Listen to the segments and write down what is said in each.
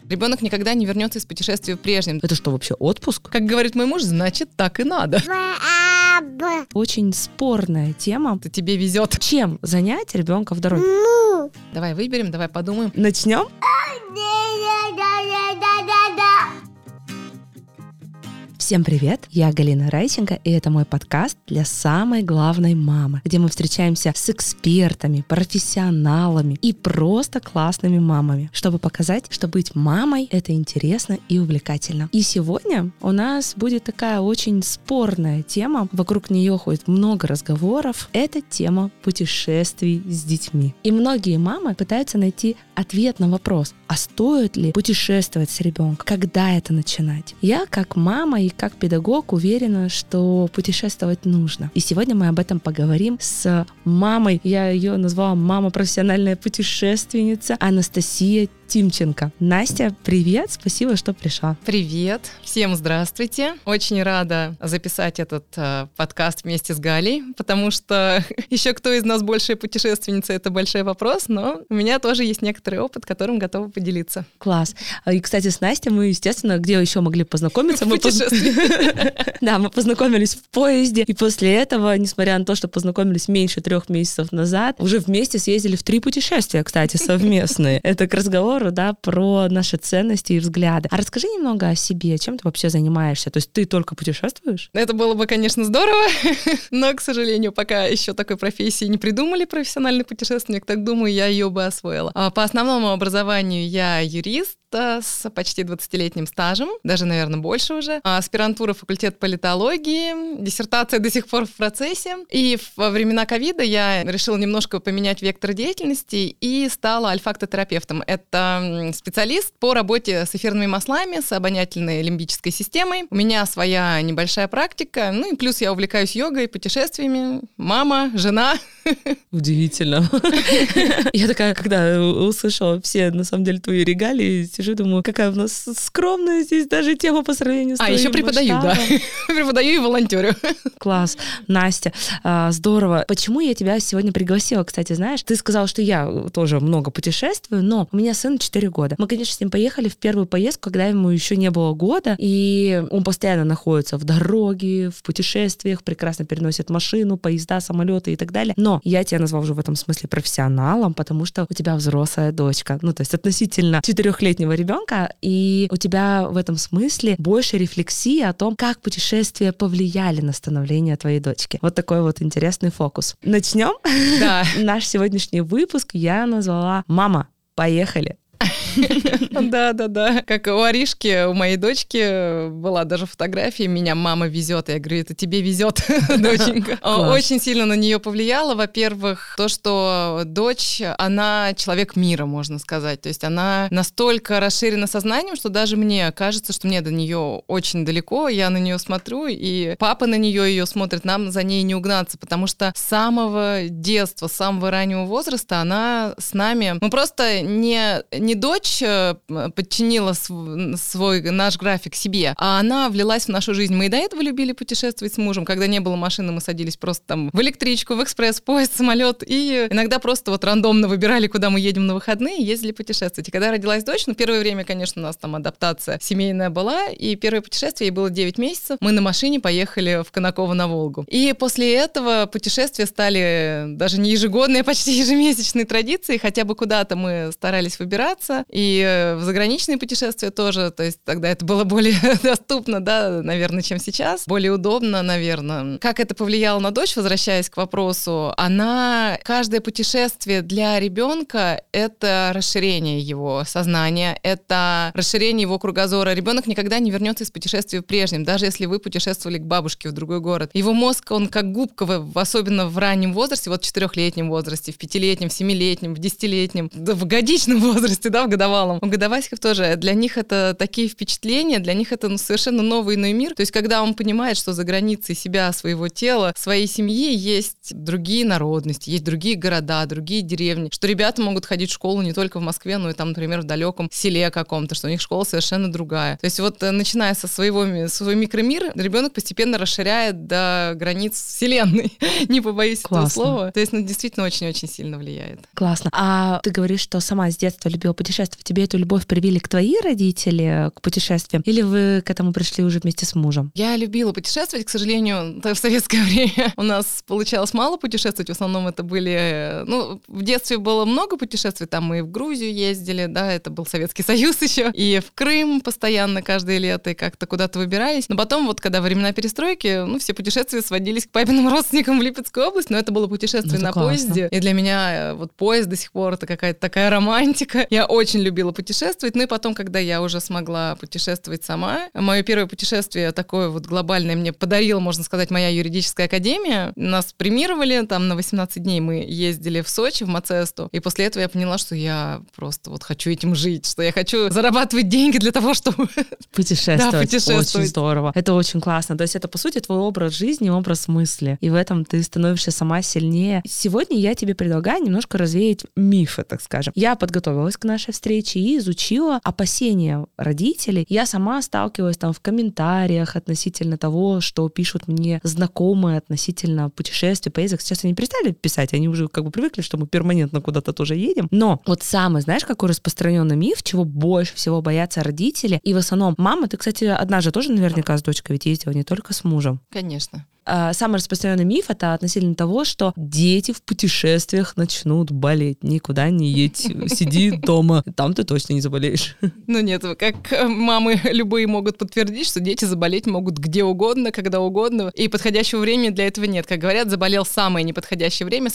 Ребенок никогда не вернется из путешествия прежним. Это что, вообще отпуск? Как говорит мой муж, значит, так и надо. Очень спорная тема. Это тебе везет. Чем занять ребенка в дороге? Давай выберем, давай подумаем. Начнем? Всем привет, я Галина Райченко, и это мой подкаст для самой главной мамы, где мы встречаемся с экспертами, профессионалами и просто классными мамами, чтобы показать, что быть мамой — это интересно и увлекательно. И сегодня у нас будет такая очень спорная тема, вокруг нее ходит много разговоров. Это тема путешествий с детьми. И многие мамы пытаются найти ответ на вопрос, а стоит ли путешествовать с ребенком, когда это начинать? Я как мама и как педагог уверена, что путешествовать нужно. И сегодня мы об этом поговорим с мамой. Я ее назвала мама-профессиональная путешественница Анастасия Тимченко. Настя, привет, спасибо, что пришла. Привет, всем здравствуйте. Очень рада записать этот подкаст вместе с Галей, потому что еще кто из нас большая путешественница, это большой вопрос, но у меня тоже есть некоторый опыт, которым готова поделиться. Класс. И, кстати, с Настей мы, естественно, где еще могли познакомиться? В путешествии. Да, мы познакомились в поезде, и после этого, несмотря на то, что познакомились меньше 3 месяцев назад, уже вместе съездили в 3 путешествия, кстати, совместные. Это к разговору, да, про наши ценности и взгляды. А расскажи немного о себе, чем ты вообще занимаешься? То есть ты только путешествуешь? Это было бы, конечно, здорово, но, к сожалению, пока еще такой профессии не придумали, профессиональный путешественник, так думаю, я ее бы освоила. По основному образованию я юрист, с почти 20-летним стажем, даже, наверное, больше уже. Аспирантура, факультет политологии, диссертация до сих пор в процессе. И во времена ковида я решила немножко поменять вектор деятельности и стала альфактотерапевтом. Это специалист по работе с эфирными маслами, с обонятельной лимбической системой. У меня своя небольшая практика, ну и плюс я увлекаюсь йогой, путешествиями, мама, жена. Удивительно. Я такая, когда услышала все, на самом деле, твои регалии, сижу, думаю, какая у нас скромная здесь даже тема по сравнению с твоим еще преподаю, масштабом. да. Преподаю и волонтерю. Класс. Настя, здорово. Почему я тебя сегодня пригласила, кстати, знаешь? Ты сказала, что я тоже много путешествую, но у меня сын 4 года. Мы, конечно, с ним поехали в первую поездку, когда ему еще не было года, и он постоянно находится в дороге, в путешествиях, прекрасно переносит машину, поезда, самолеты и так далее. Но я тебя назвала уже в этом смысле профессионалом, потому что у тебя взрослая дочка. Ну, то есть относительно 4-летнего ребенка, и у тебя в этом смысле больше рефлексии о том, как путешествия повлияли на становление твоей дочки. Вот такой вот интересный фокус. Начнем? Да. Наш сегодняшний выпуск я назвала «Мама, поехали». Да. Как у Аришки, у моей дочки была даже фотография, меня мама везет. Я говорю, это тебе везет, доченька. Очень сильно на нее повлияло. Во-первых, то, что дочь, она человек мира, можно сказать. То есть она настолько расширена сознанием, что даже мне кажется, что мне до нее очень далеко. Я на нее смотрю, и папа на нее ее смотрит, нам за ней не угнаться, потому что с самого детства, с самого раннего возраста она с нами. Мы просто не дочь подчинила наш график себе, а она влилась в нашу жизнь. Мы и до этого любили путешествовать с мужем. Когда не было машины, мы садились просто там в электричку, в экспресс-поезд, самолет, и иногда просто вот рандомно выбирали, куда мы едем на выходные, и ездили путешествовать. И когда родилась дочь, первое время, конечно, у нас там адаптация семейная была, и первое путешествие, ей было 9 месяцев, мы на машине поехали в Конаково на Волгу. И после этого путешествия стали даже не ежегодные, а почти ежемесячные традиции, хотя бы куда-то мы старались выбираться, и в заграничные путешествия тоже, то есть тогда это было более доступно, да, наверное, чем сейчас, более удобно, наверное. Как это повлияло на дочь, возвращаясь к вопросу, каждое путешествие для ребенка — это расширение его сознания, это расширение его кругозора. Ребенок никогда не вернется из путешествия прежним, даже если вы путешествовали к бабушке в другой город. Его мозг, он как губка, особенно в раннем возрасте, вот в 4-летнем возрасте, в 5-летнем, в 7-летнем, в 10-летнем, в годичном возрасте, да, в годовалом. У годовасиков тоже, для них это такие впечатления, для них это совершенно новый иной мир. То есть, когда он понимает, что за границей себя, своего тела, своей семьи есть другие народности, есть другие города, другие деревни, что ребята могут ходить в школу не только в Москве, но и там, например, в далеком селе каком-то, что у них школа совершенно другая. То есть вот начиная со свой микромир, ребенок постепенно расширяет до границ вселенной. Не побоюсь этого слова. То есть, действительно очень-очень сильно влияет. Классно. А ты говоришь, что сама с детства любила путешествовать. путешествовать, тебе эту любовь привили к твои родители, к путешествиям, или вы к этому пришли уже вместе с мужем? Я любила путешествовать, к сожалению, в советское время у нас получалось мало путешествовать, в основном это были, в детстве было много путешествий, там мы и в Грузию ездили, да, это был Советский Союз еще, и в Крым постоянно каждое лето, и как-то куда-то выбирались, но потом вот, когда времена перестройки, все путешествия сводились к папиным родственникам в Липецкую область, но это было путешествие на поезде, и для меня вот поезд до сих пор это какая-то такая романтика, я очень любила путешествовать, и потом, когда я уже смогла путешествовать сама, мое первое путешествие такое вот глобальное мне подарила, можно сказать, моя юридическая академия. Нас премировали, там на 18 дней мы ездили в Сочи, в Мацесту, и после этого я поняла, что я просто вот хочу этим жить, что я хочу зарабатывать деньги для того, чтобы... Путешествовать. Да, путешествовать. Очень здорово. Это очень классно. То есть это, по сути, твой образ жизни, образ мысли. И в этом ты становишься сама сильнее. Сегодня я тебе предлагаю немножко развеять мифы, так скажем. Я подготовилась к нашей встрече и изучила опасения родителей. Я сама сталкивалась там в комментариях относительно того, что пишут мне знакомые относительно путешествий, поездок. Сейчас они перестали писать, они уже как бы привыкли, что мы перманентно куда-то тоже едем. Но вот самый, знаешь, какой распространенный миф, чего больше всего боятся родители, и в основном мама, ты, кстати, одна же тоже наверняка с дочкой ведь ездила, не только с мужем. Конечно. Самый распространенный миф — это относительно того, что дети в путешествиях начнут болеть. Никуда не едь, сиди дома, там ты точно не заболеешь. Нет, как мамы любые могут подтвердить, что дети заболеть могут где угодно, когда угодно, и подходящего времени для этого нет. Как говорят, заболел самое неподходящее время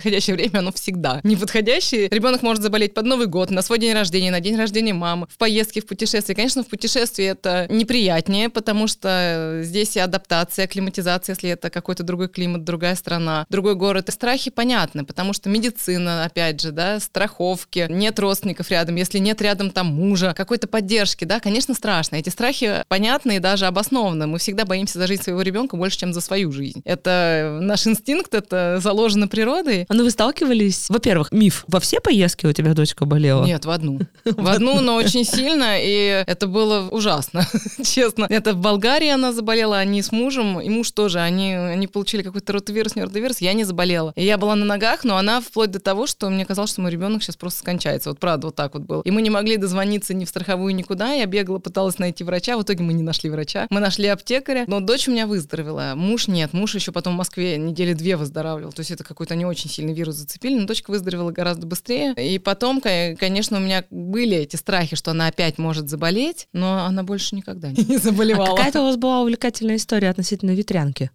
оно всегда неподходящее. Ребенок может заболеть под Новый год, на свой день рождения, на день рождения мамы, в поездке, в путешествии. Конечно, в путешествии это неприятнее, потому что здесь и адаптация, акклиматизация, если это какой-то другой климат, другая страна, другой город. И страхи понятны, потому что медицина, опять же, да, страховки, нет родственников рядом, если нет рядом там мужа, какой-то поддержки, да, конечно, страшно. Эти страхи понятны и даже обоснованы. Мы всегда боимся за жизнь своего ребенка больше, чем за свою жизнь. Это наш инстинкт, это заложено природой. А вы сталкивались? Во-первых, миф. Во все поездки у тебя дочка болела? Нет, в одну. В одну, но очень сильно, и это было ужасно, честно. Это в Болгарии она заболела, они с мужем, и муж тоже, они получили какой-то ротавирус, я не заболела. И я была на ногах, но она вплоть до того, что мне казалось, что мой ребенок сейчас просто скончается. Вот правда, вот так вот было. И мы не могли дозвониться ни в страховую, никуда. Я бегала, пыталась найти врача. В итоге мы не нашли врача. Мы нашли аптекаря, но дочь у меня выздоровела. Муж нет. Муж еще потом в Москве недели 2 выздоравливал. То есть это какой-то не очень сильный вирус зацепили, но дочка выздоровела гораздо быстрее. И потом, конечно, у меня были эти страхи, что она опять может заболеть, но она больше никогда не заболевала. А какая-то у вас была увлекательная история относительно ветрянки?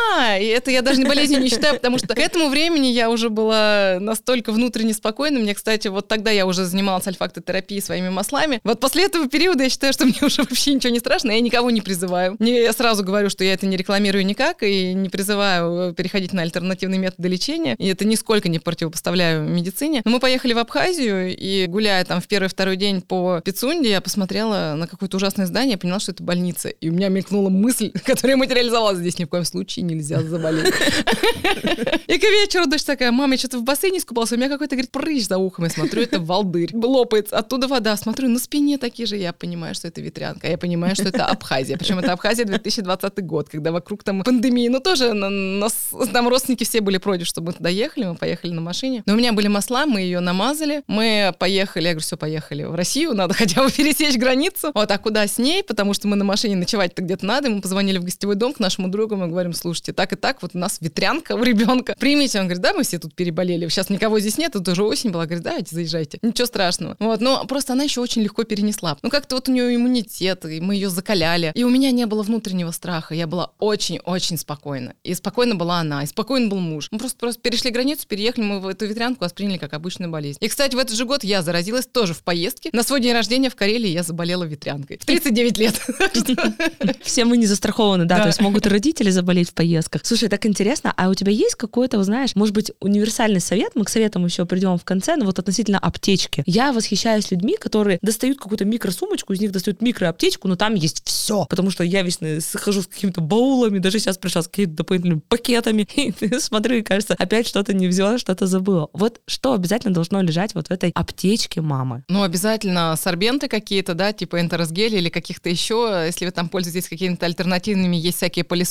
И это я даже не болезнью не считаю, потому что к этому времени я уже была настолько внутренне спокойна. Мне, кстати, вот тогда я уже занималась альфактотерапией своими маслами. Вот после этого периода я считаю, что мне уже вообще ничего не страшно, я никого не призываю. Я сразу говорю, что я это не рекламирую никак и не призываю переходить на альтернативные методы лечения. И это нисколько не противопоставляю медицине. Но мы поехали в Абхазию, и гуляя там в первый-второй день по Пицунде, я посмотрела на какое-то ужасное здание, я поняла, что это больница. И у меня мелькнула мысль, которая материализовалась: здесь ни в коем случае нельзя заболеть. И к вечеру дочь такая: мама, я что-то в бассейне искупалась, у меня какой-то, говорит, прыщ за ухом. Я смотрю, это волдырь, лопается, оттуда вода. Смотрю, на спине такие же. Я понимаю, что это ветрянка. Я понимаю, что это Абхазия. Причем это Абхазия 2020 год, когда вокруг там пандемии. Но тоже там родственники все были против, чтобы мы туда ехали. Мы поехали на машине. Но у меня были масла, мы ее намазали. Мы поехали, я говорю, все, поехали в Россию, надо хотя бы пересечь границу. Вот, а куда с ней? Потому что мы на машине, ночевать-то где-то надо. И мы позвонили в гостевой дом к нашему другу, мы говорим: слушайте, так и так, вот у нас ветрянка у ребенка. Примите. Он говорит: да, мы все тут переболели. Сейчас никого здесь нет, это уже осень была. Говорит: давайте, заезжайте. Ничего страшного. Вот, но просто она еще очень легко перенесла. Как-то вот у нее иммунитет, и мы ее закаляли. И у меня не было внутреннего страха. Я была очень-очень спокойна. И спокойна была она, и спокойно был муж. Мы просто перешли границу, переехали, мы в эту ветрянку восприняли как обычную болезнь. И, кстати, в этот же год я заразилась тоже в поездке. На свой день рождения в Карелии я заболела ветрянкой. В 39 лет. Все мы не застрахованы, да, то есть могут и родители заболеть в поездках. Слушай, так интересно, а у тебя есть какой-то, знаешь, может быть, универсальный совет? Мы к советам еще придем в конце, но вот относительно аптечки. Я восхищаюсь людьми, которые достают какую-то микросумочку, из них достают микроаптечку, но там есть все. Потому что я вечно хожу с какими-то баулами, даже сейчас пришла с какими-то дополнительными пакетами, и ты смотрю, и кажется, опять что-то не взяла, что-то забыла. Вот что обязательно должно лежать вот в этой аптечке мамы? Ну, обязательно сорбенты какие-то, да, типа энтеросгели или каких-то еще. Если вы там пользуетесь какими-то альтернативными, есть всякие полисорбы и прочее.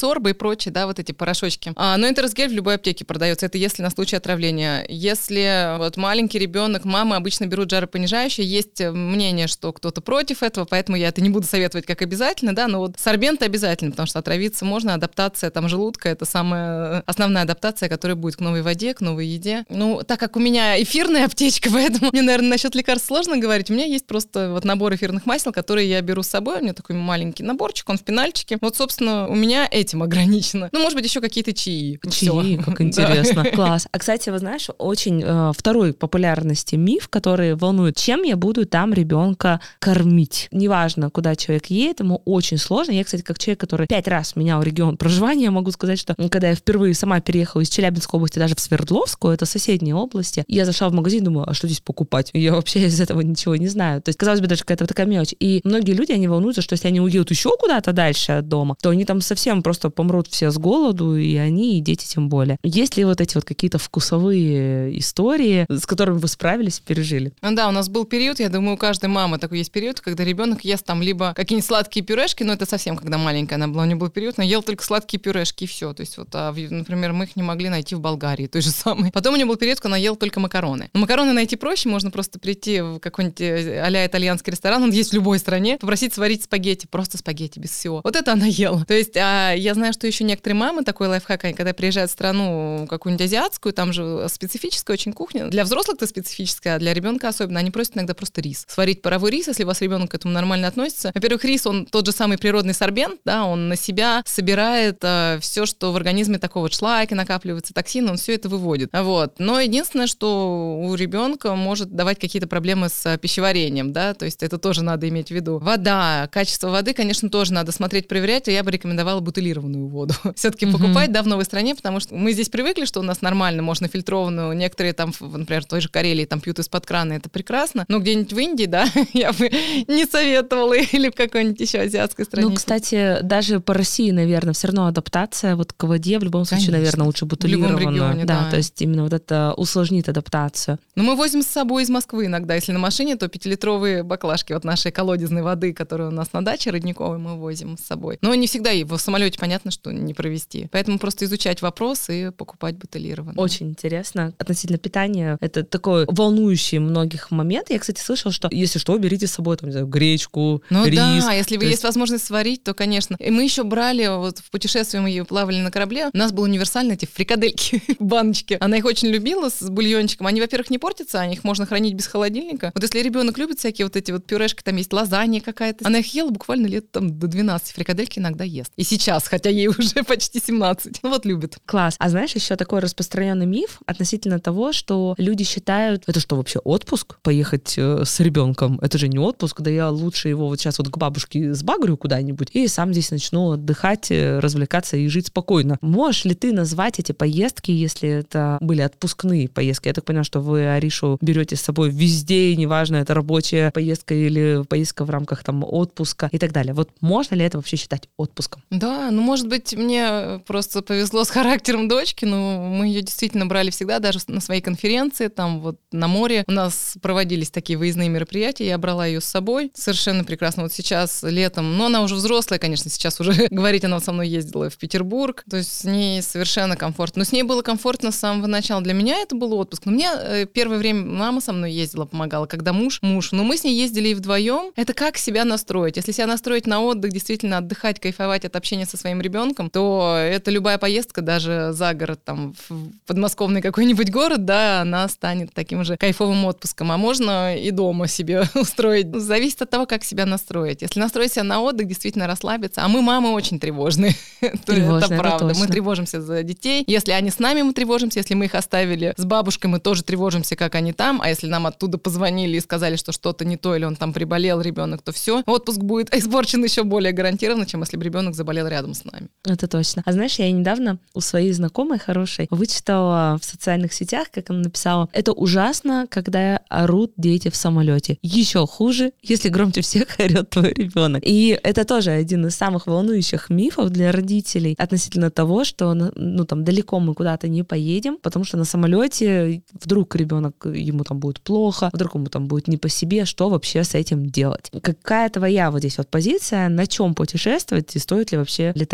прочее, да, вот эти порошочки. Но энтеросгель в любой аптеке продается, это если на случай отравления. Если вот маленький ребенок, мамы обычно берут жаропонижающие, есть мнение, что кто-то против этого, поэтому я это не буду советовать как обязательно, да, но вот сорбенты обязательно, потому что отравиться можно, адаптация там желудка, это самая основная адаптация, которая будет к новой воде, к новой еде. Ну, так как у меня эфирная аптечка, поэтому мне, наверное, насчет лекарств сложно говорить, у меня есть просто вот набор эфирных масел, которые я беру с собой, у меня такой маленький наборчик, он в пенальчике, вот, собственно, у меня этим ограничено. Ну, может быть, еще какие-то чаи. Чаи, как интересно. Класс. А, кстати, вы знаешь, очень второй популярности миф, который волнует, чем я буду там ребенка кормить. Неважно, куда человек едет, ему очень сложно. Я, кстати, как человек, который 5 раз менял регион проживания, могу сказать, что когда я впервые сама переехала из Челябинской области даже в Свердловскую, это соседние области, я зашла в магазин, думаю, а что здесь покупать? Я вообще из этого ничего не знаю. То есть, казалось бы, даже какая-то такая мелочь. И многие люди, они волнуются, что если они уедут еще куда-то дальше от дома, то они там совсем просто помрут все с голоду, и они, и дети тем более. Есть ли вот эти вот какие-то вкусовые истории, с которыми вы справились, пережили? Да, у нас был период, я думаю, у каждой мамы такой есть период, когда ребенок ест там либо какие-нибудь сладкие пюрешки, но это совсем, когда маленькая она была, у нее был период, но ел только сладкие пюрешки, и все. То есть вот, например, мы их не могли найти в Болгарии, той же самой. Потом у нее был период, когда она ела только макароны. Но макароны найти проще, можно просто прийти в какой-нибудь а-ля итальянский ресторан, он есть в любой стране, попросить сварить спагетти, просто спагетти, без всего. Вот это она ела. То есть я знаю, что еще некоторые мамы, такой лайфхак, когда приезжают в страну какую-нибудь азиатскую, там же специфическая очень кухня. Для взрослых-то специфическая, а для ребенка особенно. Они просят иногда просто рис. Сварить паровой рис, если у вас ребенок к этому нормально относится. Во-первых, рис, он тот же самый природный сорбент, да, он на себя собирает все, что в организме такого вот шлаки накапливается, токсины, он все это выводит. Вот. Но единственное, что у ребенка может давать какие-то проблемы с пищеварением, да, то есть это тоже надо иметь в виду. Вода, качество воды, конечно, тоже надо смотреть, проверять, и я бы рекомендовала бутилированную воду. Все-таки покупать, да, в новой стране, потому что мы здесь привыкли, что у нас нормально, можно фильтрованную, некоторые там, например, в той же Карелии там пьют из-под крана, это прекрасно, но где-нибудь в Индии, да, я бы не советовала, или в какой-нибудь еще азиатской стране. Ну, кстати, даже по России, наверное, все равно адаптация вот к воде в любом случае, конечно, наверное, лучше бутилированную. В любом регионе, да. То есть именно вот это усложнит адаптацию. Но мы возим с собой из Москвы иногда, если на машине, то 5-литровые баклажки вот нашей колодезной воды, которая у нас на даче родниковой, мы возим с собой. Но не всегда и в самолете понятно, что не провезти. Поэтому просто изучать вопрос и покупать бутилированную. Очень интересно. Относительно питания, это такой волнующий многих момент. Я, кстати, слышала, что если что, берите с собой там, не знаю, гречку, рис. Да, если есть возможность сварить, то, конечно. И мы еще брали, вот в путешествии мы плавали на корабле, у нас был универсальный эти фрикадельки, баночки. Она их очень любила с бульончиком. Они, во-первых, не портятся, их можно хранить без холодильника. Вот если ребенок любит всякие вот эти вот пюрешки, там есть лазанья какая-то, она их ела буквально лет там до 12. Фрикадельки иногда ест. И сейчас, хотя ей уже почти 17. Ну вот любит. Класс. А знаешь, еще такой распространенный миф относительно того, что люди считают, это что вообще отпуск? Поехать с ребенком? Это же не отпуск, да я лучше его вот сейчас вот к бабушке сбагрю куда-нибудь и сам здесь начну отдыхать, развлекаться и жить спокойно. Можешь ли ты назвать эти поездки, если это были отпускные поездки? Я так понимаю, что вы Аришу берете с собой везде, неважно, это рабочая поездка или поездка в рамках там отпуска и так далее. Вот можно ли это вообще считать отпуском? Да, ну может быть мне просто повезло с характером дочки, но мы ее действительно брали всегда, даже на своей конференции, там вот на море у нас проводились такие выездные мероприятия, я брала ее с собой, совершенно прекрасно. Вот сейчас летом, но она уже взрослая, конечно, сейчас уже говорить, она со мной ездила в Петербург, то есть с ней совершенно комфортно. Но с ней было комфортно с самого начала. Для меня это был отпуск. Но мне первое время мама со мной ездила, помогала, когда муж. Но мы с ней ездили и вдвоем. Это как себя настроить. Если себя настроить на отдых, действительно отдыхать, кайфовать от общения со своим ребенком, то это любая поездка, даже за город, там, в подмосковный какой-нибудь город, да, она станет таким же кайфовым отпуском. А можно и дома себе устроить. Зависит от того, как себя настроить. Если настроить себя на отдых, действительно расслабиться. А мы, мамы, очень тревожные. Это правда. Мы тревожимся за детей. Если они с нами, мы тревожимся. Если мы их оставили с бабушкой, мы тоже тревожимся, как они там. А если нам оттуда позвонили и сказали, что что-то не то, или он там приболел, ребенок, то все. Отпуск будет испорчен еще более гарантированно, чем если бы ребенок заболел рядом с нами. Это точно. А знаешь, я недавно у своей знакомой хорошей вычитала в социальных сетях, как она написала: это ужасно, когда орут дети в самолете. Еще хуже, если громче всех орет твой ребенок. И это тоже один из самых волнующих мифов для родителей относительно того, что ну там далеко мы куда-то не поедем, потому что на самолете вдруг ребенок, ему там будет плохо, вдруг ему там будет не по себе, что вообще с этим делать? Какая твоя вот здесь вот позиция, на чем путешествовать и стоит ли вообще летать на самолете?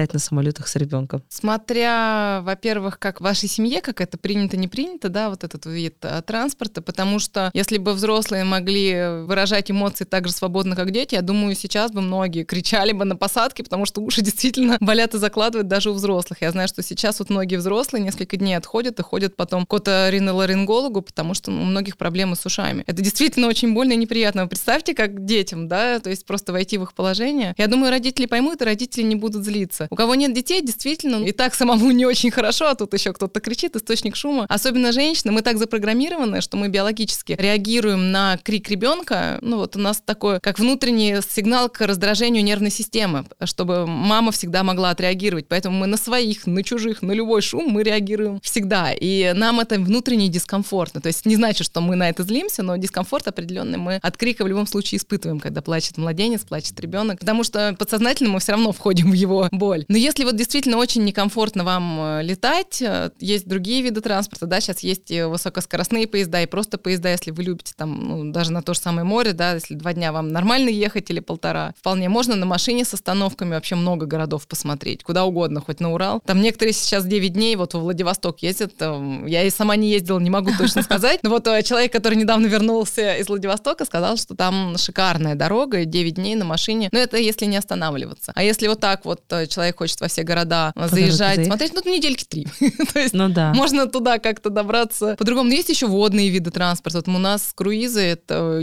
самолетах с ребенком? Смотря, во-первых, как в вашей семье, как это принято, не принято, да, вот этот вид транспорта, потому что если бы взрослые могли выражать эмоции так же свободно, как дети, я думаю, сейчас бы многие кричали бы на посадке, потому что уши действительно болят и закладывают даже у взрослых. Я знаю, что сейчас вот многие взрослые несколько дней отходят и ходят потом к оториноларингологу, потому что у многих проблемы с ушами. Это действительно очень больно и неприятно. Вы представьте, как детям, да, то есть просто войти в их положение. Я думаю, родители поймут, и родители не будут злиться. У кого нет детей, действительно, и так самому не очень хорошо, а тут еще кто-то кричит, источник шума. Особенно женщины, мы так запрограммированы, что мы биологически реагируем на крик ребенка. Ну вот у нас такой, как внутренний сигнал к раздражению нервной системы, чтобы мама всегда могла отреагировать. Поэтому мы на своих, на чужих, на любой шум мы реагируем всегда. И нам это внутренне дискомфортно. То есть не значит, что мы на это злимся, но дискомфорт определенный мы от крика в любом случае испытываем, когда плачет младенец, плачет ребенок, потому что подсознательно мы все равно входим в его боль. Но если вот действительно очень некомфортно вам летать, есть другие виды транспорта, да, сейчас есть и высокоскоростные поезда, и просто поезда, если вы любите там, ну, даже на то же самое море, да, если 2 дня вам нормально ехать или 1,5, вполне можно на машине с остановками вообще много городов посмотреть, куда угодно, хоть на Урал. Там некоторые сейчас 9 дней вот во Владивосток ездят, я и сама не ездила, не могу точно сказать, но вот человек, который недавно вернулся из Владивостока, сказал, что там шикарная дорога, 9 дней на машине, но это если не останавливаться. А если вот так вот человек хочет во все города заезжать, смотреть, ну, недельки 3. То есть можно туда как-то добраться по-другому. Но есть еще водные виды транспорта. Вот у нас круизы, это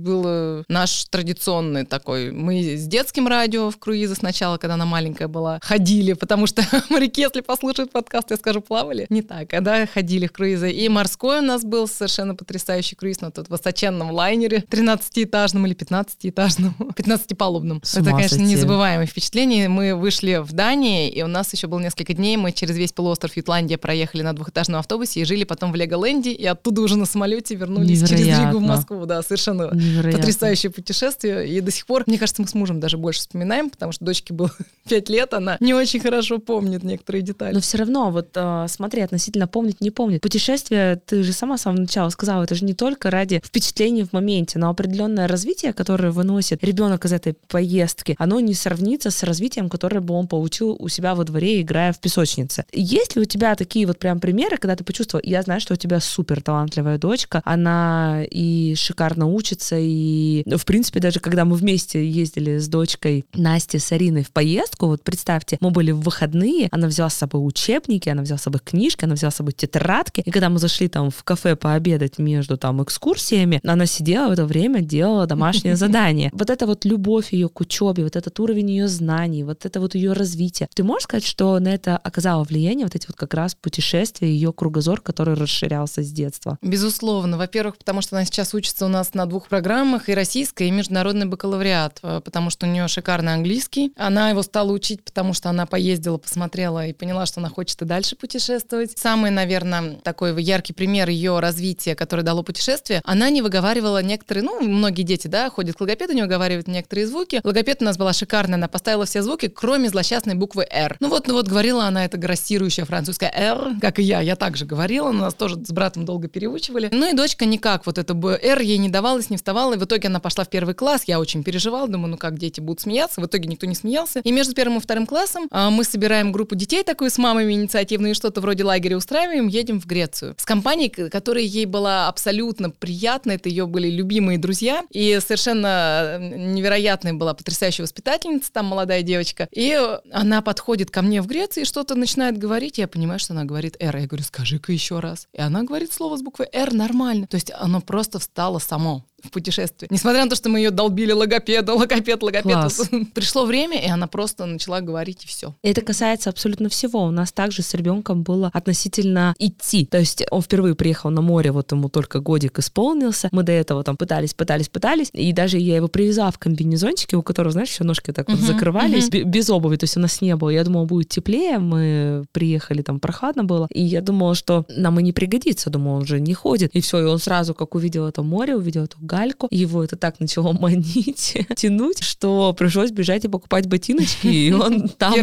был наш традиционный такой. Мы с детским радио в круизы сначала, когда она маленькая была, ходили, потому что моряки, если послушают подкаст, я скажу, плавали. Не так, когда ходили в круизы. И морской у нас был совершенно потрясающий круиз на тот высоченном лайнере, 13-этажном или 15-этажном, 15-палубном. Это, конечно, незабываемое впечатление. Мы вышли в Дании, и у нас еще было несколько дней, мы через весь полуостров Ютландия проехали на 2-этажном автобусе и жили потом в Леголенде, и оттуда уже на самолете вернулись через Ригу в Москву. Да, совершенно потрясающее путешествие. И до сих пор, мне кажется, мы с мужем даже больше вспоминаем, потому что дочке было 5 лет, она не очень хорошо помнит некоторые детали. Но все равно, вот смотри, относительно помнить, не помнить. Путешествие, ты же сама с самого начала сказала, это же не только ради впечатлений в моменте, но определенное развитие, которое выносит ребенок из этой поездки, оно не сравнится с развитием, которое бы он получил у себя во дворе, играя в песочнице. Есть ли у тебя такие вот прям примеры, когда ты почувствовал, я знаю, что у тебя супер талантливая дочка, она и шикарно учится, и, в принципе, даже когда мы вместе ездили с дочкой Настей с Ариной в поездку, вот представьте, мы были в выходные, она взяла с собой учебники, она взяла с собой книжки, она взяла с собой тетрадки, и когда мы зашли там в кафе пообедать между там экскурсиями, она сидела в это время, делала домашнее задание. Вот эта вот любовь ее к учебе, вот этот уровень ее знаний, вот это вот ее развитие. Ты можешь сказать, что на это оказало влияние вот эти вот как раз путешествия, ее кругозор, который расширялся с детства? Безусловно. Во-первых, потому что она сейчас учится у нас на 2 программах, и российская, и международный бакалавриат, потому что у нее шикарный английский. Она его стала учить, потому что она поездила, посмотрела и поняла, что она хочет и дальше путешествовать. Самый, наверное, такой яркий пример ее развития, которое дало путешествие, она не выговаривала некоторые, ну, многие дети, да, ходят к логопеду, не выговаривают некоторые звуки. Логопед у нас была шикарная, она поставила все звуки, кроме злосчастной буквы «Р». Ну вот, говорила она это грассирующая французская «Р», как и я также говорила, нас тоже с братом долго переучивали. Ну и дочка никак, вот это «Р» ей не давалось, не вставала, и в итоге она пошла в 1 класс, я очень переживала, думаю, ну как дети будут смеяться, в итоге никто не смеялся. И между 1 и 2 классом мы собираем группу детей такую с мамами инициативную, что-то вроде лагеря устраиваем, едем в Грецию. С компанией, которая ей была абсолютно приятна, это ее были любимые друзья, и совершенно невероятная была потрясающая воспитательница, там молодая девочка, и она подходит ко мне в Греции и что-то начинает говорить, и я понимаю, что она говорит «Р». Я говорю, скажи-ка еще раз. И она говорит слово с буквой «Р» нормально. То есть оно просто встало само в путешествии. Несмотря на то, что мы ее долбили логопед. Пришло время, и она просто начала говорить, и все. Это касается абсолютно всего. У нас также с ребенком было относительно идти. То есть он впервые приехал на море, вот ему только годик исполнился. Мы до этого там пытались. И даже я его привязала в комбинезончике, у которого, знаешь, еще ножки так вот закрывались, без обуви. То есть у нас не было. Я думала, будет теплее. Мы приехали, там прохладно было. И я думала, что нам и не пригодится. Думала, он же не ходит. И все. И он сразу, как увидел это море, увидел эту гальку. Его это так начало манить, тянуть, что пришлось бежать и покупать ботиночки, и он там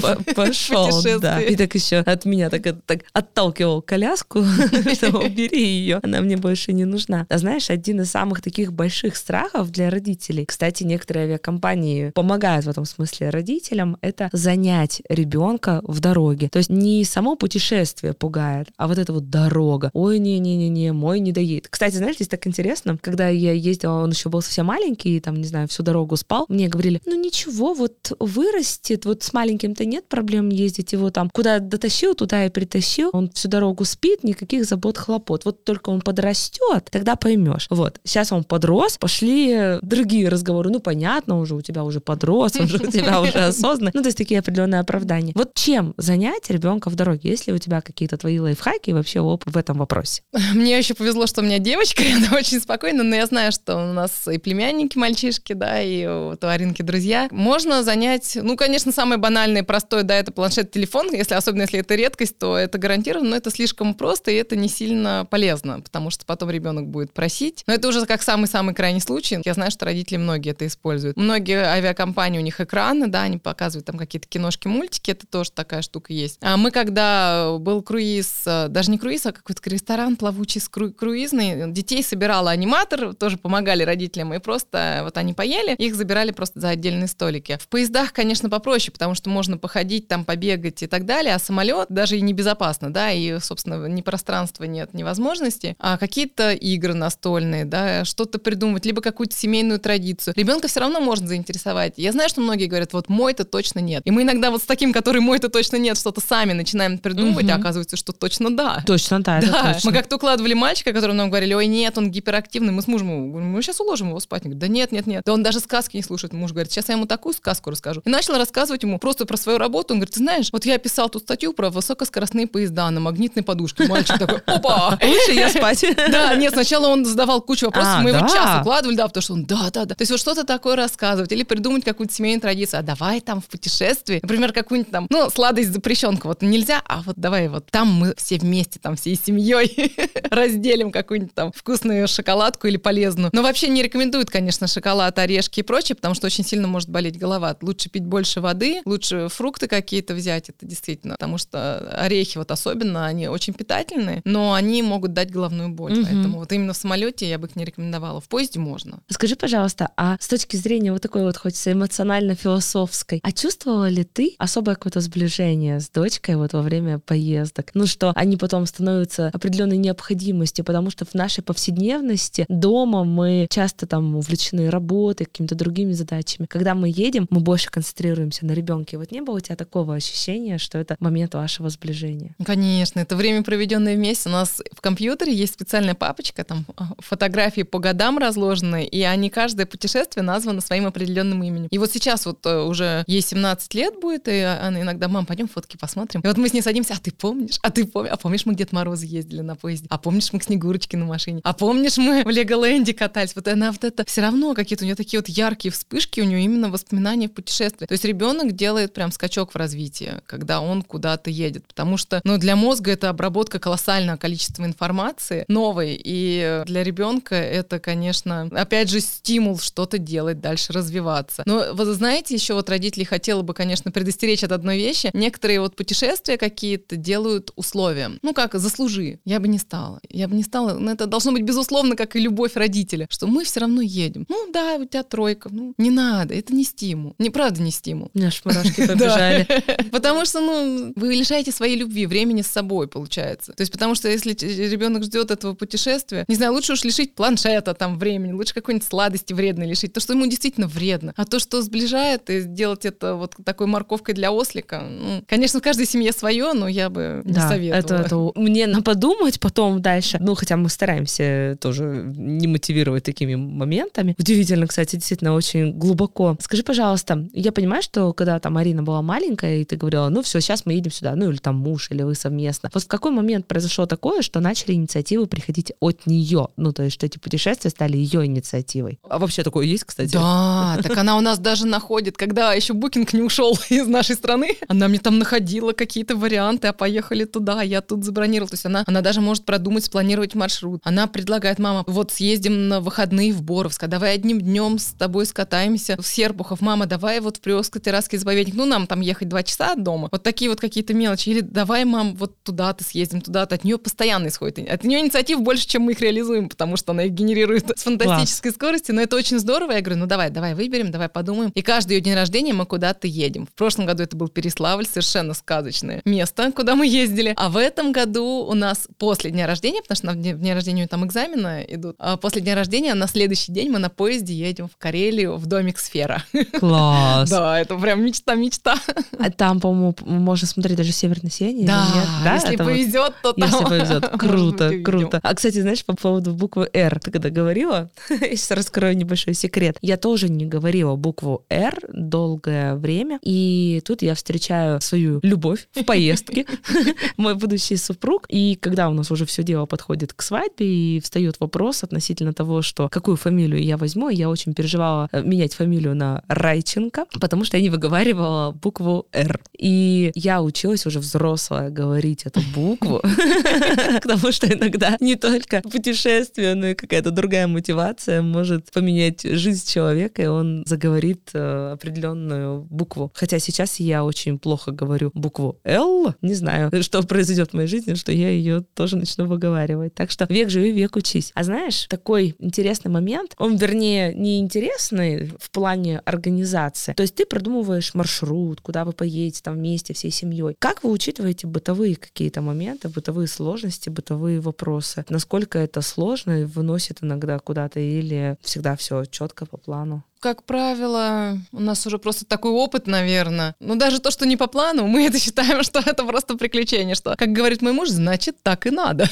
пошел. Да. И так еще от меня так отталкивал коляску, что убери ее, она мне больше не нужна. А знаешь, один из самых таких больших страхов для родителей, кстати, некоторые авиакомпании помогают в этом смысле родителям, это занять ребенка в дороге. То есть не само путешествие пугает, а вот эта вот дорога. Ой, не-не-не, мой не доедет. Кстати, знаешь, здесь так интересно, когда я ездила, он еще был совсем маленький, и там, не знаю, всю дорогу спал, мне говорили, ну ничего, вот вырастет, вот с маленьким-то нет проблем ездить, его там куда дотащил, туда и притащил, он всю дорогу спит, никаких забот, хлопот. Вот только он подрастет, тогда поймешь. Вот, сейчас он подрос, пошли другие разговоры, ну понятно, уже у тебя уже подрос, он же у тебя уже осознанный. Ну, то есть такие определенные оправдания. Вот чем занять ребенка в дороге, если у тебя какие-то твои лайфхаки вообще в этом вопросе? Мне еще повезло, что у меня девочка, и она очень спокойна, но я знаю, что у нас и племянники, мальчишки, да, и вот у Аринки друзья. Можно занять, ну, конечно, самое банальное и простое, да, это планшет-телефон, особенно если это редкость, то это гарантированно, но это слишком просто, и это не сильно полезно, потому что потом ребенок будет просить. Но это уже как самый-самый крайний случай. Я знаю, что родители многие это используют. Многие авиакомпании, у них экраны, да, они показывают там какие-то киношки, мультики, это тоже такая штука есть. А мы, когда был круиз, даже не круиз, а какой-то ресторан плавучий круизный, детей собирала аниматор, тоже помогали родителям, и просто вот они поели, их забирали просто за отдельные столики. В поездах, конечно, попроще, потому что можно походить, там побегать и так далее, а самолет даже и небезопасно, да, и, собственно, ни пространства нет, ни возможности, а какие-то игры настольные, да, что-то придумывать, либо какую-то семейную традицию. Ребенка все равно можно заинтересовать. Я знаю, что многие говорят, вот мой-то точно нет. И мы иногда вот с таким, который мой-то точно нет, что-то сами начинаем придумывать, а оказывается, что точно да. Точно, да, это да. точно. Мы как-то укладывали мальчика, которому нам говорили, ой, нет, он гиперактивный, мы с мужем говорим, мы сейчас уложим его спать. Он говорит, да нет. Да он даже сказки не слушает. Муж говорит, сейчас я ему такую сказку расскажу. И начал рассказывать ему просто про свою работу. Он говорит, ты знаешь, вот я писал тут статью про высокоскоростные поезда на магнитной подушке. Мальчик такой, опа! Лучше я спать. Да, нет, сначала он задавал кучу вопросов, мы его час укладывали, да, потому что он, да. То есть вот что-то такое рассказывать или придумать какую-то семейную традицию. А давай там в путешествии, например, какую-нибудь там, ну, сладость запрещенка, вот нельзя, а вот давай вот там мы все вместе, там всей семьей разделим какую-нибудь там вкусную шоколадку или полезную. Но вообще не рекомендуют, конечно, шоколад, орешки и прочее, потому что очень сильно может болеть голова. Лучше пить больше воды, лучше фрукты какие-то взять, это действительно, потому что орехи вот особенно, они очень питательные, но они могут дать головную боль, поэтому вот именно в самолете я бы их не рекомендовала. В поезде можно. Скажи, пожалуйста, а с точки зрения вот такой вот, хочется эмоционально-философской, а чувствовала ли ты особое какое-то сближение с дочкой вот во время поездок? Ну, что они потом становятся определенной необходимостью, потому что в нашей повседневности дома мы часто там увлечены работой, какими-то другими задачами. Когда мы едем, мы больше концентрируемся на ребенке. Вот не было у тебя такого ощущения, что это момент вашего сближения? Конечно, это время, проведенное вместе. У нас в компьютере есть специальная папочка, там фотографии по годам разложены, и они, каждое путешествие названо своим определенным именем. И вот сейчас вот уже ей 17 лет будет, и она иногда, мам, пойдем фотки посмотрим. И вот мы с ней садимся, а ты помнишь? А помнишь, мы Дед Мороз ездили на поезде? А помнишь, мы к Снегурочке на машине? А помнишь, мы в Леголенде катались? Вот она вот это все равно какие-то у нее такие вот яркие вспышки, у нее именно воспоминания в путешествии. То есть ребенок делает прям скачок в развитии, когда он куда-то едет, потому что, ну, для мозга это обработка колоссального количества информации новой, и для ребенка это, конечно, опять же, стимул что-то делать, дальше развиваться. Но вы знаете, еще вот родители хотела бы, конечно, предостеречь от одной вещи. Некоторые вот путешествия какие-то делают условия. Ну как, заслужи. Я бы не стала. Но это должно быть безусловно, как и любовь родителя, что мы все равно едем. Ну да, у тебя тройка. Ну, не надо, это не стимул. Неправда не стимул. У меня аж мурашки побежали. Потому что, ну, вы лишаете своей любви, времени с собой, получается. То есть, потому что если ребенок ждет этого путешествия, не знаю, лучше уж лишить планшета там времени, лучше какой-нибудь сладости вредной лишить, то, что ему действительно вредно. А то, что сближает, и сделать это вот такой морковкой для ослика, ну, конечно, в каждой семье свое, но я бы не советовала. Это мне на подумать потом дальше. Ну, хотя мы стараемся тоже не мотивировать такими моментами. Удивительно, кстати, действительно очень глубоко. Скажи, пожалуйста, я понимаю, что когда там Арина была маленькая, и ты говорила, ну все, сейчас мы едем сюда, ну или там муж, или вы совместно. Вот в какой момент произошло такое, что начали инициативы приходить от нее? Ну, то есть, что эти путешествия стали ее инициативой. А вообще такое есть, кстати? Да, так она у нас даже находит, когда еще букинг не ушел из нашей страны, она мне там находила какие-то варианты, а поехали туда, я тут забронировала. То есть она даже может продумать, спланировать маршрут. Она предлагает, мама, вот съездим съездим на выходные в Боровск, а давай одним днем с тобой скатаемся в Серпухов. Мама, давай вот в Приволжско-Террасский заповедник. Ну, нам там ехать 2 часа от дома. Вот такие вот какие-то мелочи. Или давай, мам, вот туда-то съездим, туда-то. От нее постоянно исходит. От нее инициатив больше, чем мы их реализуем, потому что она их генерирует с фантастической скоростью. Но это очень здорово. Я говорю, ну давай выберем, давай подумаем. И каждый ее день рождения мы куда-то едем. В прошлом году это был Переславль, совершенно сказочное место, куда мы ездили. А в этом году у нас после дня рождения, потому что в день рождения там экзамены идут, а после дня рождения на следующий день мы на поезде едем в Карелию в домик «Сфера». Класс! Да, это прям мечта. А там, по-моему, можно смотреть даже «Северное сияние». Да, если повезет, то там. Если повезет. Круто. А, кстати, знаешь, по поводу буквы «Р», ты когда говорила, я сейчас раскрою небольшой секрет, я тоже не говорила букву «Р» долгое время, и тут я встречаю свою любовь в поездке, мой будущий супруг, и когда у нас уже все дело подходит к свадьбе, и встает вопрос относительно того, что какую фамилию я возьму, я очень переживала менять фамилию на Райченко, потому что я не выговаривала букву «Р». И я училась уже взрослая говорить эту букву, потому что иногда не только путешествие, но и какая-то другая мотивация может поменять жизнь человека, и он заговорит определенную букву. Хотя сейчас я очень плохо говорю букву «Л». Не знаю, что произойдет в моей жизни, что я ее тоже начну выговаривать. Так что век живи, век учись. А знаешь, такой интересный момент, он, вернее, не интересный в плане организации. То есть ты продумываешь маршрут, куда вы поедете там вместе всей семьей. Как вы учитываете бытовые какие-то моменты, бытовые сложности, бытовые вопросы? Насколько это сложно и выносит иногда куда-то или всегда все четко по плану? Как правило, у нас уже просто такой опыт, наверное. Но даже то, что не по плану, мы это считаем, что это просто приключение, что, как говорит мой муж, значит, так и надо.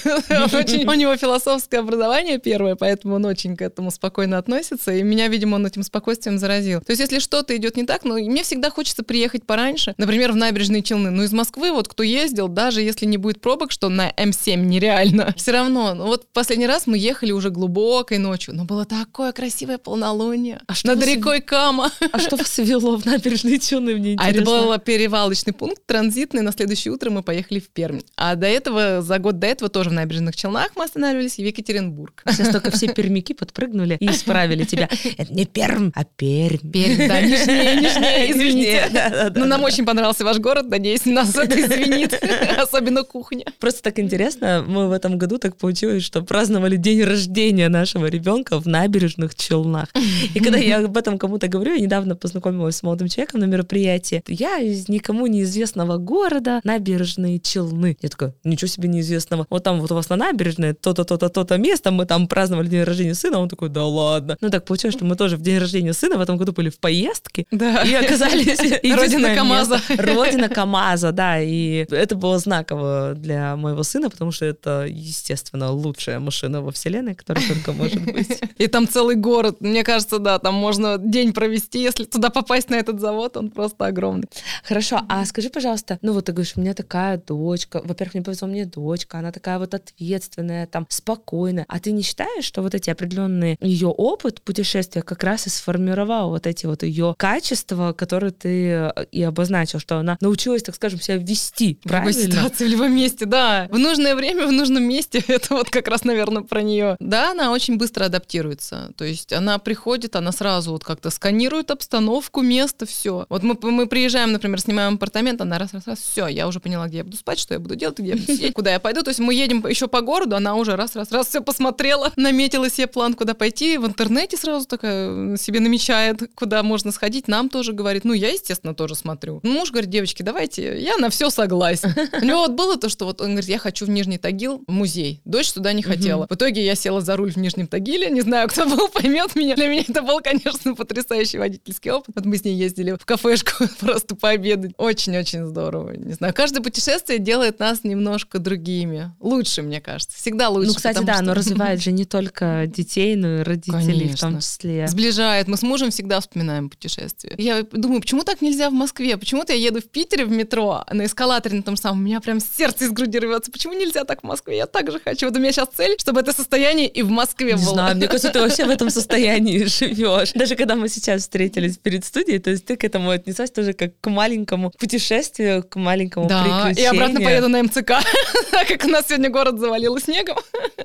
У него философское образование первое, поэтому он очень к этому спокойно относится, и меня, видимо, он этим спокойствием заразил. То есть, если что-то идет не так, ну, мне всегда хочется приехать пораньше, например, в Набережные Челны. Ну, из Москвы, вот кто ездил, даже если не будет пробок, что на М7 нереально, все равно. Ну, вот в последний раз мы ехали уже глубокой ночью, но было такое красивое полнолуние. Над рекой Кама. А что вас вело в Набережные Челны, мне интересно? А это был перевалочный пункт, транзитный. На следующее утро мы поехали в Пермь. А до этого, за год до этого тоже в Набережных Челнах мы останавливались, и в Екатеринбург. Сейчас только все пермяки подпрыгнули и исправили тебя. Это не Пермь, а Пермь. Пермь, да, нижнее, извините. Но нам очень понравился ваш город, надеюсь, нас это извинит. Особенно кухня. Просто так интересно, мы в этом году так получилось, что праздновали день рождения нашего ребенка в Набережных Челнах. И когда я об этом кому-то говорю, я недавно познакомилась с молодым человеком на мероприятии. Я из никому неизвестного города, Набережные Челны. Я такая, ничего себе неизвестного. Вот там вот у вас на набережной то-то, то-то, то-то место, мы там праздновали день рождения сына. Он такой, да ладно. Ну так получилось, что мы тоже в день рождения сына в этом году были в поездке. Да. И оказались... Родина КамАЗа. Родина КамАЗа, да. И это было знаково для моего сына, потому что это, естественно, лучшая машина во вселенной, которая только может быть. И там целый город. Мне кажется, да, там можно день провести, если туда попасть на этот завод, он просто огромный. Хорошо, а скажи, пожалуйста, ну вот ты говоришь, у меня такая дочка, во-первых, мне повезло, мне дочка, она такая вот ответственная, там, спокойная, а ты не считаешь, что вот эти определенные ее опыт путешествия как раз и сформировал вот эти вот ее качества, которые ты и обозначил, что она научилась, так скажем, себя вести, правильно? В любой ситуации, в любом месте, да. В нужное время, в нужном месте, это вот как раз, наверное, про нее. Да, она очень быстро адаптируется, то есть она приходит, она сразу вот как-то сканирует обстановку, место, все. Вот мы приезжаем, например, снимаем апартамент, она раз, все, я уже поняла, где я буду спать, что я буду делать, где я буду сидеть, куда я пойду. То есть мы едем еще по городу, она уже раз все посмотрела, наметила себе план, куда пойти, в интернете сразу такая себе намечает, куда можно сходить, нам тоже говорит, ну, я, естественно, тоже смотрю. Муж говорит, девочки, давайте, я на все согласен. У него вот было то, что вот он говорит, я хочу в Нижний Тагил, в музей. Дочь туда не хотела. В итоге я села за руль в Нижнем Тагиле, не знаю, кто был, поймет меня. Для меня это был, конечно, потрясающий водительский опыт. Вот мы с ней ездили в кафешку просто пообедать. Очень-очень здорово. Не знаю, каждое путешествие делает нас немножко другими. Лучше, мне кажется. Всегда лучше. Ну, кстати, да, оно развивает же не только детей, но и родителей в том числе. Сближает. Мы с мужем всегда вспоминаем путешествия. Я думаю, почему так нельзя в Москве? Почему-то я еду в Питере в метро, на эскалаторе на том самом, у меня прям сердце из груди рвется. Почему нельзя так в Москве? Я так же хочу. Вот у меня сейчас цель, чтобы это состояние и в Москве было. Не знаю, мне кажется, ты вообще в этом состоянии живешь. Даже когда мы сейчас встретились перед студией, то есть ты к этому отнеслась тоже как к маленькому путешествию, к маленькому приключению. Да, и обратно поеду на МЦК, так как у нас сегодня город завалило снегом.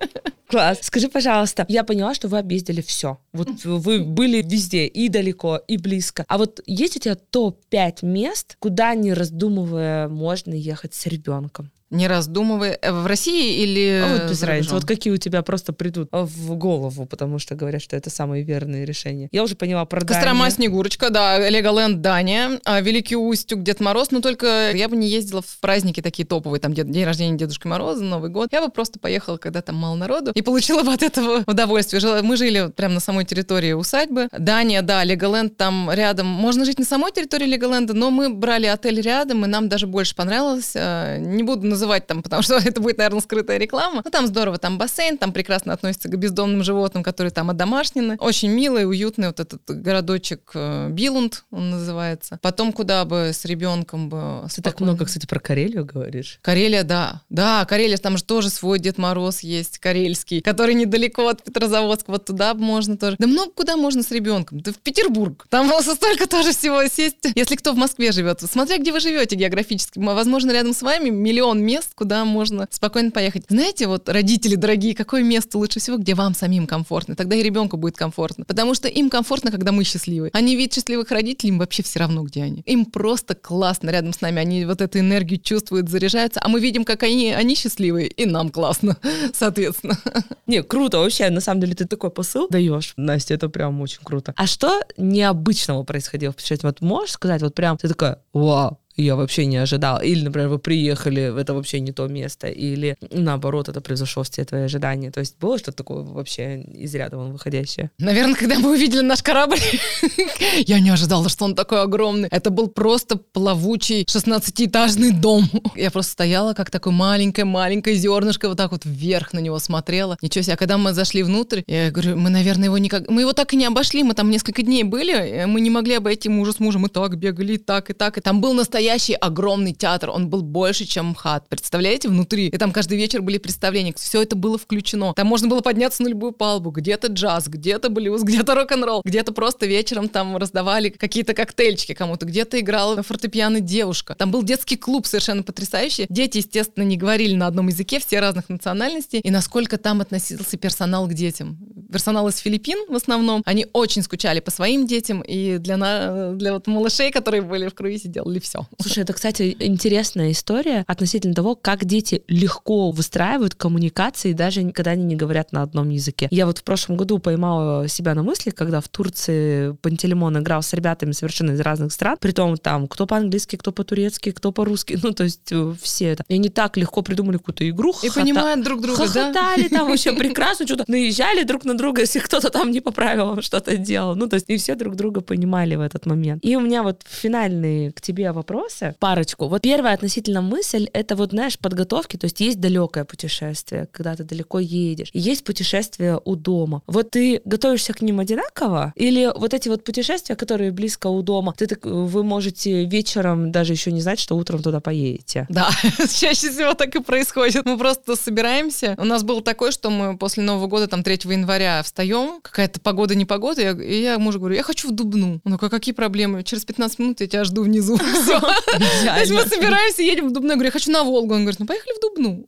Класс. Скажи, пожалуйста, я поняла, что вы объездили все. Вот вы были везде, и далеко, и близко. А вот есть у тебя топ-5 мест, куда, не раздумывая, можно ехать с ребенком? Не раздумывая. В России или вот без разницы. Вот какие у тебя просто придут в голову, потому что говорят, что это самые верные решения. Я уже поняла про Данию. Кострома, Снегурочка, да, Леголенд, Дания, Великий Устюг, Дед Мороз, но только я бы не ездила в праздники такие топовые, там день рождения Дедушки Мороза, Новый год. Я бы просто поехала, когда там мало народу, и получила бы от этого удовольствие. Мы жили прямо на самой территории усадьбы. Дания, да, Леголенд там рядом. Можно жить на самой территории Леголенда, но мы брали отель рядом, и нам даже больше понравилось. Не буду называть там, потому что это будет, наверное, скрытая реклама. Но там здорово, там бассейн, там прекрасно относятся к бездомным животным, которые там одомашнены. Очень милый, уютный вот этот городочек Билунд, он называется. Потом куда бы с ребенком бы... Ты так много, кстати, про Карелию говоришь. Карелия, да. Да, Карелия, там же тоже свой Дед Мороз есть, карельский, который недалеко от Петрозаводска. Вот туда можно тоже. Да много куда можно с ребенком. Да в Петербург. Там столько тоже всего сесть. Если кто в Москве живет, смотря где вы живете географически, возможно, рядом с вами миллион мест, куда можно спокойно поехать. Знаете, вот родители дорогие, какое место лучше всего, где вам самим комфортно? Тогда и ребенку будет комфортно. Потому что им комфортно, когда мы счастливы. Они видят счастливых родителей, им вообще все равно, где они. Им просто классно рядом с нами. Они вот эту энергию чувствуют, заряжаются, а мы видим, как они счастливые, и нам классно, соответственно. Не, круто вообще. На самом деле ты такой посыл даешь, Настя, это прям очень круто. А что необычного происходило в путешествии? Вот можешь сказать, вот прям ты такая, вау, я вообще не ожидала. Или, например, вы приехали, это вообще не то место, или наоборот, это превзошло все твои ожидания. То есть было что-то такое вообще из ряда вон выходящее? Наверное, когда мы увидели наш корабль, я не ожидала, что он такой огромный. Это был просто плавучий 16-этажный дом. Я просто стояла, как такое маленькое зернышко, вот так вот вверх на него смотрела. Ничего себе. А когда мы зашли внутрь, я говорю, мы, наверное, мы его так и не обошли, мы там несколько дней были, мы не могли обойти мужа с мужем, мы так бегали, и так. И там был настоящий огромный театр, он был больше, чем МХАТ. Представляете, внутри? И там каждый вечер были представления, все это было включено. Там можно было подняться на любую палубу, где-то джаз, где-то блюз, где-то рок-н-ролл, где-то просто вечером там раздавали какие-то коктейльчики кому-то, где-то играла на фортепиано девушка. Там был детский клуб совершенно потрясающий. Дети, естественно, не говорили на одном языке, все разных национальностей. И насколько там относился персонал к детям. Персонал из Филиппин в основном, они очень скучали по своим детям, и для вот малышей, которые были в круизе, делали все. Слушай, это, кстати, интересная история относительно того, как дети легко выстраивают коммуникации, даже когда они не говорят на одном языке. Я вот в прошлом году поймала себя на мысли, когда в Турции Пантелеймон играл с ребятами совершенно из разных стран, притом там кто по-английски, кто по-турецки, кто по-русски, ну, то есть все это. И они так легко придумали какую-то игру. И понимают друг друга, хохотали там вообще прекрасно, что-то наезжали друг на друга, если кто-то там не по правилам что-то делал. Ну, то есть и все друг друга понимали в этот момент. И у меня вот финальный к тебе вопрос, парочку. Вот первая относительно мысль, это вот, знаешь, подготовки, то есть есть далекое путешествие, когда ты далеко едешь, и есть путешествие у дома. Вот ты готовишься к ним одинаково? Или вот эти вот путешествия, которые близко у дома, вы можете вечером даже еще не знать, что утром туда поедете? Да, чаще всего так и происходит. Мы просто собираемся. У нас было такое, что мы после Нового года, там, 3 января встаем, какая-то погода, непогода, и я мужу говорю, я хочу в Дубну. Он такой, какие проблемы? Через 15 минут я тебя жду внизу. Все. То есть мы собираемся, едем в Дубну. Я говорю, я хочу на Волгу. Он говорит, ну поехали в Дубну,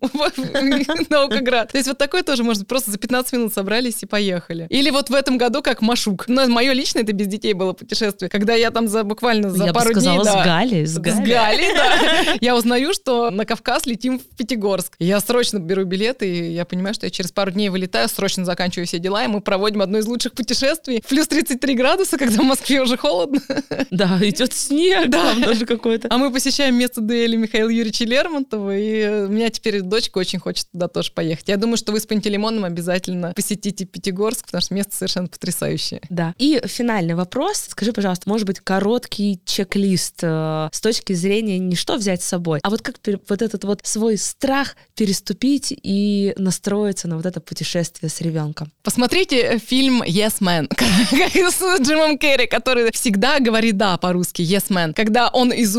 в Наукоград. То есть вот такое тоже можно. Просто за 15 минут собрались и поехали. Или вот в этом году как Машук. Но мое личное, это без детей было путешествие. Когда я там буквально за пару дней... Я бы сказала, с Галей, да. Я узнаю, что на Кавказ летим в Пятигорск. Я срочно беру билеты, и я понимаю, что я через пару дней вылетаю, срочно заканчиваю все дела, и мы проводим одно из лучших путешествий. Плюс 33 градуса, когда в Москве уже холодно. Да, идет снег, да, даже какой-то. А мы посещаем место дуэли Михаила Юрьевича Лермонтова, и у меня теперь дочка очень хочет туда тоже поехать. Я думаю, что вы с Пантелеймоном обязательно посетите Пятигорск, потому что место совершенно потрясающее. Да. И финальный вопрос. Скажи, пожалуйста, может быть, короткий чек-лист с точки зрения не что взять с собой, а вот как вот этот вот свой страх переступить и настроиться на вот это путешествие с ребенком? Посмотрите фильм «Yes Man» с Джимом Керри, который всегда говорит «да» по-русски, «Yes Man». Когда он из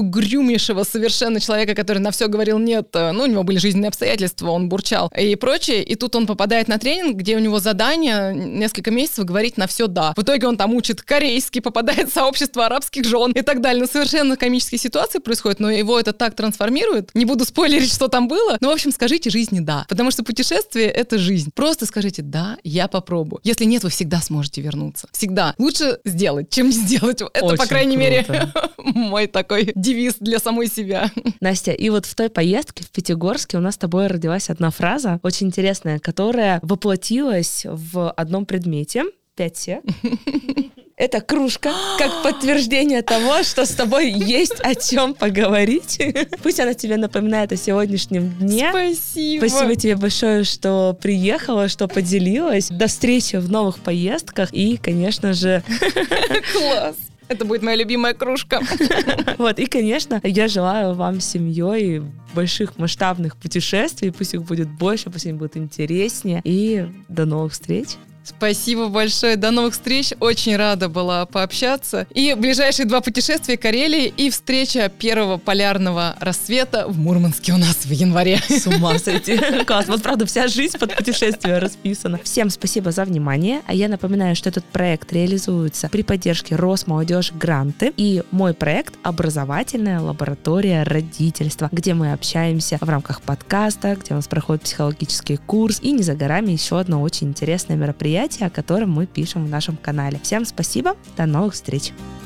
угрюмейшего совершенно человека, который на все говорил нет, у него были жизненные обстоятельства, он бурчал и прочее, и тут он попадает на тренинг, где у него задание несколько месяцев говорить на все «да». В итоге он там учит корейский, попадает в сообщество арабских жен и так далее. Совершенно комические ситуации происходят, но его это так трансформирует. Не буду спойлерить, что там было, но, в общем, скажите жизни «да», потому что путешествие — это жизнь. Просто скажите «да, я попробую». Если нет, вы всегда сможете вернуться. Всегда. Лучше сделать, чем не сделать. Это, очень по крайней мере, мой такой девиз для самой себя. Настя, и вот в той поездке в Пятигорске у нас с тобой родилась одна фраза, очень интересная, которая воплотилась в одном предмете. 5 Это кружка, как подтверждение того, что с тобой есть о чем поговорить. Пусть она тебе напоминает о сегодняшнем дне. Спасибо. Спасибо тебе большое, что приехала, что поделилась. До встречи в новых поездках. И, конечно же... Класс. Это будет моя любимая кружка. Вот, и, конечно, я желаю вам с семьей больших масштабных путешествий. Пусть их будет больше, пусть они будут интереснее. И до новых встреч. Спасибо большое. До новых встреч. Очень рада была пообщаться. И ближайшие 2 путешествия Карелии и встреча первого полярного рассвета в Мурманске у нас в январе. С ума сойти. Класс. Вот правда, вся жизнь под путешествие расписана. Всем спасибо за внимание. А я напоминаю, что этот проект реализуется при поддержке Росмолодежи Гранты и мой проект «Образовательная лаборатория родительства», где мы общаемся в рамках подкаста, где у нас проходит психологический курс и не за горами еще одно очень интересное мероприятие, о котором мы пишем в нашем канале. Всем спасибо, до новых встреч!